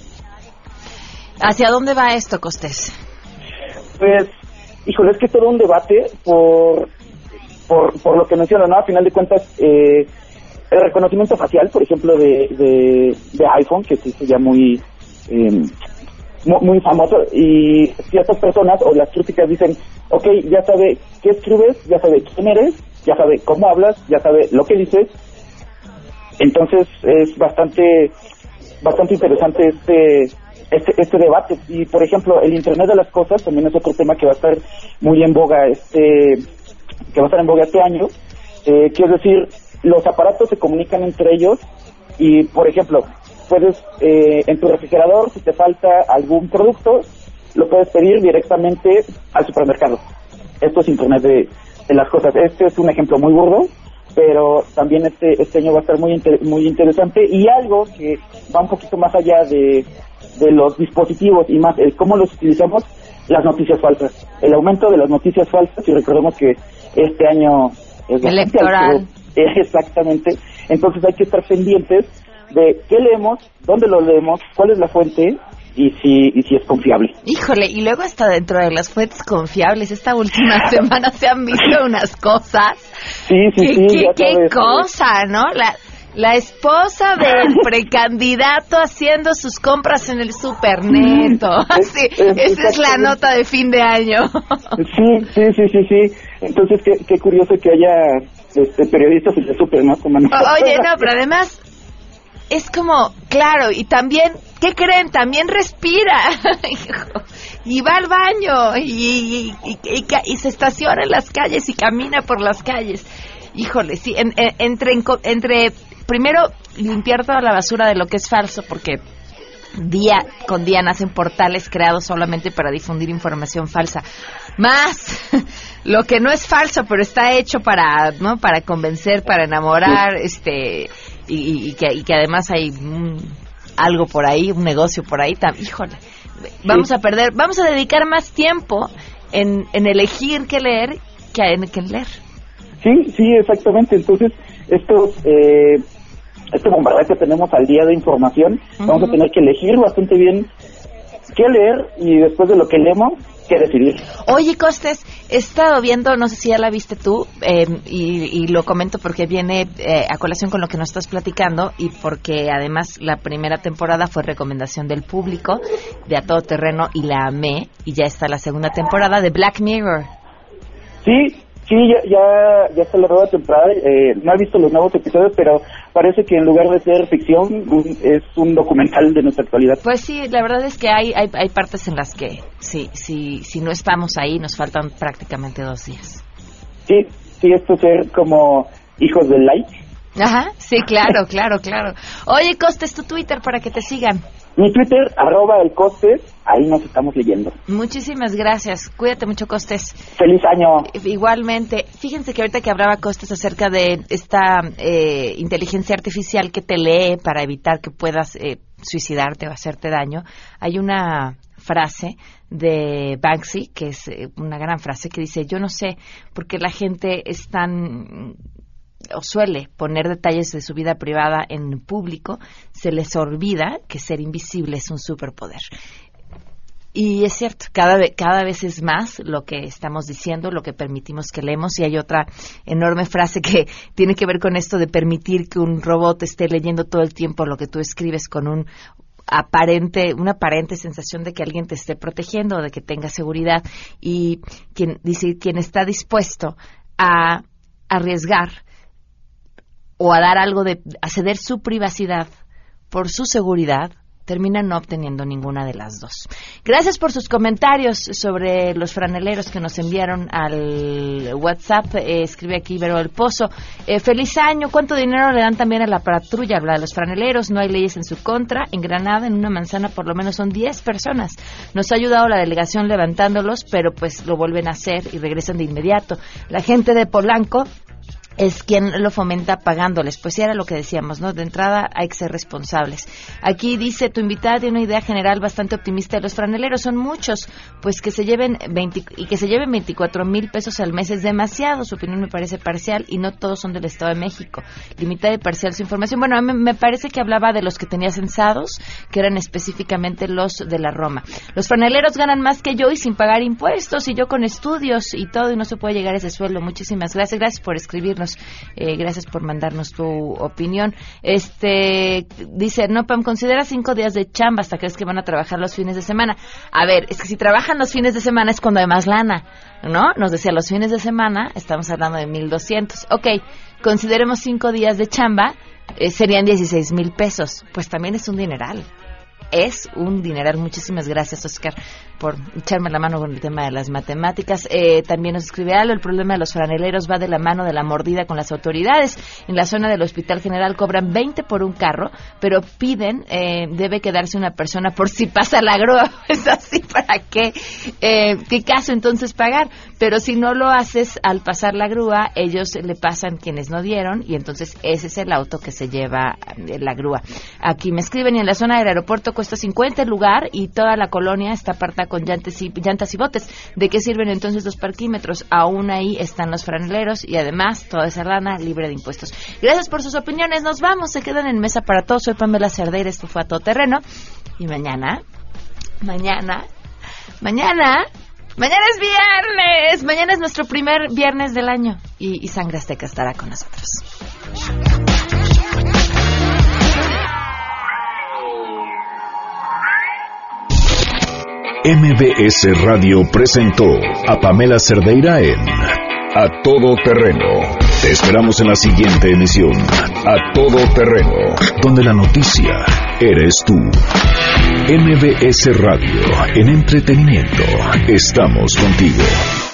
¿Hacia dónde va esto, Costés? Pues, híjole, es que es todo un debate por por, por lo que menciono, ¿no? A final de cuentas, eh, el reconocimiento facial, por ejemplo, de, de, de iPhone, que es ya muy... Eh, muy, muy famoso, y ciertas personas o las críticas dicen, ok, ya sabe qué escribes, ya sabe quién eres, ya sabe cómo hablas, ya sabe lo que dices. Entonces es bastante bastante interesante este este este debate. Y por ejemplo, el Internet de las cosas también es otro tema que va a estar muy en boga este que va a estar en boga este año, eh, que es decir, los aparatos se comunican entre ellos y, por ejemplo, puedes, eh, en tu refrigerador, si te falta algún producto, lo puedes pedir directamente al supermercado. Esto es Internet de, de las cosas. Este es un ejemplo muy burdo, pero también este este año va a estar muy inter, muy interesante, y algo que va un poquito más allá de, de los dispositivos y más el cómo los utilizamos, las noticias falsas. El aumento de las noticias falsas, y recordemos que este año es electoral. Alto, exactamente. Entonces hay que estar pendientes de qué leemos, dónde lo leemos, cuál es la fuente y si y si es confiable. Híjole, y luego hasta dentro de las fuentes confiables, esta última semana se han visto unas cosas. Sí, sí, ¿Qué, sí. qué, ya qué sabes, cosa, ¿no? La la esposa del precandidato haciendo sus compras en el superneto. Así, Es- es- esa es la nota de fin de año. Sí, sí, sí, sí, sí. Entonces qué, qué curioso que haya este, periodistas en el super, ¿no? Como nosotros. Oye, no, pero además es como, claro, y también, ¿qué creen? También respira. Y va al baño y, y, y, y, ca- y se estaciona en las calles y camina por las calles. Híjole, sí, en, en- entre, entre, primero, limpiar toda la basura de lo que es falso, porque día con día nacen portales creados solamente para difundir información falsa. Más lo que no es falso, pero está hecho para, ¿no? Para convencer, para enamorar, este, y, y, y que, y que además hay un, algo por ahí, un negocio por ahí. Tam, híjole, vamos a perder, vamos a dedicar más tiempo en, en elegir qué leer que en, que en leer. Sí, sí, exactamente. Entonces, estos, eh, este bombardeo que tenemos al día de información, uh-huh. vamos a tener que elegir bastante bien qué leer y después de lo que leemos, qué decidir. Oye, Costes, he estado viendo, no sé si ya la viste tú, eh, y, y lo comento porque viene eh, a colación con lo que nos estás platicando y porque además la primera temporada fue recomendación del público de A Todo Terreno y la amé, y ya está la segunda temporada de Black Mirror. Sí, sí, ya, ya, ya está la nueva temporada. Eh, no he visto los nuevos episodios, pero parece que en lugar de ser ficción, un, es un documental de nuestra actualidad. Pues sí, la verdad es que hay hay, hay partes en las que sí, sí, si no estamos ahí, nos faltan prácticamente dos días. Sí, sí, esto es ser como hijos del like. Ajá, sí, claro, claro, claro. Oye, Costes, tu Twitter para que te sigan. Mi Twitter, arroba el Costes, ahí nos estamos leyendo. Muchísimas gracias. Cuídate mucho, Costes. ¡Feliz año! Igualmente. Fíjense que ahorita que hablaba Costes acerca de esta eh, inteligencia artificial que te lee para evitar que puedas eh, suicidarte o hacerte daño, hay una frase de Banksy, que es eh, una gran frase, que dice: yo no sé por qué la gente es tan... o suele poner detalles de su vida privada en público, se les olvida que ser invisible es un superpoder. Y es cierto, cada vez, cada vez es más lo que estamos diciendo, lo que permitimos que leemos, y hay otra enorme frase que tiene que ver con esto de permitir que un robot esté leyendo todo el tiempo lo que tú escribes con un aparente, una aparente sensación de que alguien te esté protegiendo o de que tenga seguridad, y quien dice, quien está dispuesto a arriesgar o a dar algo de, a ceder su privacidad por su seguridad, termina no obteniendo ninguna de las dos. Gracias por sus comentarios sobre los franeleros que nos enviaron al WhatsApp. Eh, escribe aquí Ibero del Pozo. Eh, feliz año. ¿Cuánto dinero le dan también a la patrulla? Habla de los franeleros. No hay leyes en su contra. En Granada, en una manzana, por lo menos son diez personas. Nos ha ayudado la delegación levantándolos, pero pues lo vuelven a hacer y regresan de inmediato. La gente de Polanco es quien lo fomenta pagándoles. Pues sí, era lo que decíamos, ¿no? De entrada hay que ser responsables. Aquí dice, tu invitada tiene una idea general bastante optimista de los franeleros. Son muchos, pues que se lleven veinte, y que se lleven veinticuatro mil pesos al mes es demasiado. Su opinión me parece parcial y no todos son del Estado de México. Limitada y parcial su información. Bueno, a mí me parece que hablaba de los que tenía censados, que eran específicamente los de la Roma. Los franeleros ganan más que yo y sin pagar impuestos, y yo con estudios y todo, y no se puede llegar a ese sueldo. Muchísimas gracias. Gracias por escribirnos. Eh, gracias por mandarnos tu opinión. Este dice, no, Pam, considera cinco días de chamba, hasta crees que van a trabajar los fines de semana. A ver, es que si trabajan los fines de semana es cuando hay más lana, ¿no? Nos decía, los fines de semana estamos hablando de mil doscientos. Ok, consideremos cinco días de chamba, eh, serían dieciséis mil pesos. Pues también es un dineral. Es un dineral. Muchísimas gracias, Oscar, por echarme la mano con el tema de las matemáticas. Eh, también nos escribe algo, el problema de los franeleros va de la mano de la mordida con las autoridades. En la zona del Hospital General cobran veinte por un carro, pero piden, eh, debe quedarse una persona por si pasa la grúa. Es así, ¿para qué? Eh, ¿Qué caso entonces pagar? Pero si no lo haces al pasar la grúa, ellos le pasan quienes no dieron, y entonces ese es el auto que se lleva la grúa. Aquí me escriben, y en la zona del aeropuerto cuesta cincuenta el lugar y toda la colonia está aparta con llantas y, llantas y botes. ¿De qué sirven entonces los parquímetros? Aún ahí están los franeleros y además toda esa lana libre de impuestos. Gracias por sus opiniones. Nos vamos. Se quedan en Mesa para Todos. Soy Pamela Cerdeira. Esto fue A Todo Terreno. Y mañana, mañana, mañana, mañana es viernes. Mañana es nuestro primer viernes del año. Y, y Sangre Azteca estará con nosotros. M B S Radio presentó a Pamela Cerdeira en A Todo Terreno. Te esperamos en la siguiente emisión, A Todo Terreno, donde la noticia eres tú. M B S Radio, en entretenimiento, estamos contigo.